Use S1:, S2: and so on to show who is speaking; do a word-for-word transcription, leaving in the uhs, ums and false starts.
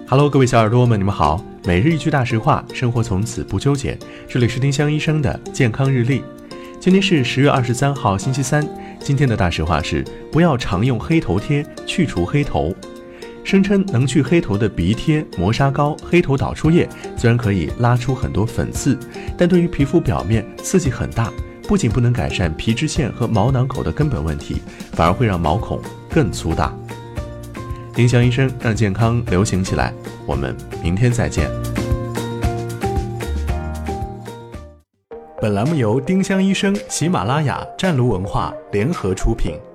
S1: Hello， 各位小耳朵们，你们好。每日一句大实话，生活从此不纠结。这里是丁香医生的健康日历。今天是十月二十三号，星期三。今天的大实话是：不要常用黑头贴去除黑头。声称能去黑头的鼻贴、磨砂膏、黑头导出液，虽然可以拉出很多粉刺，但对于皮肤表面刺激很大，不仅不能改善皮脂腺和毛囊口的根本问题，反而会让毛孔更粗大。丁香医生让健康流行起来，我们明天再见。本栏目由丁香医生、喜马拉雅、湛卢文化联合出品。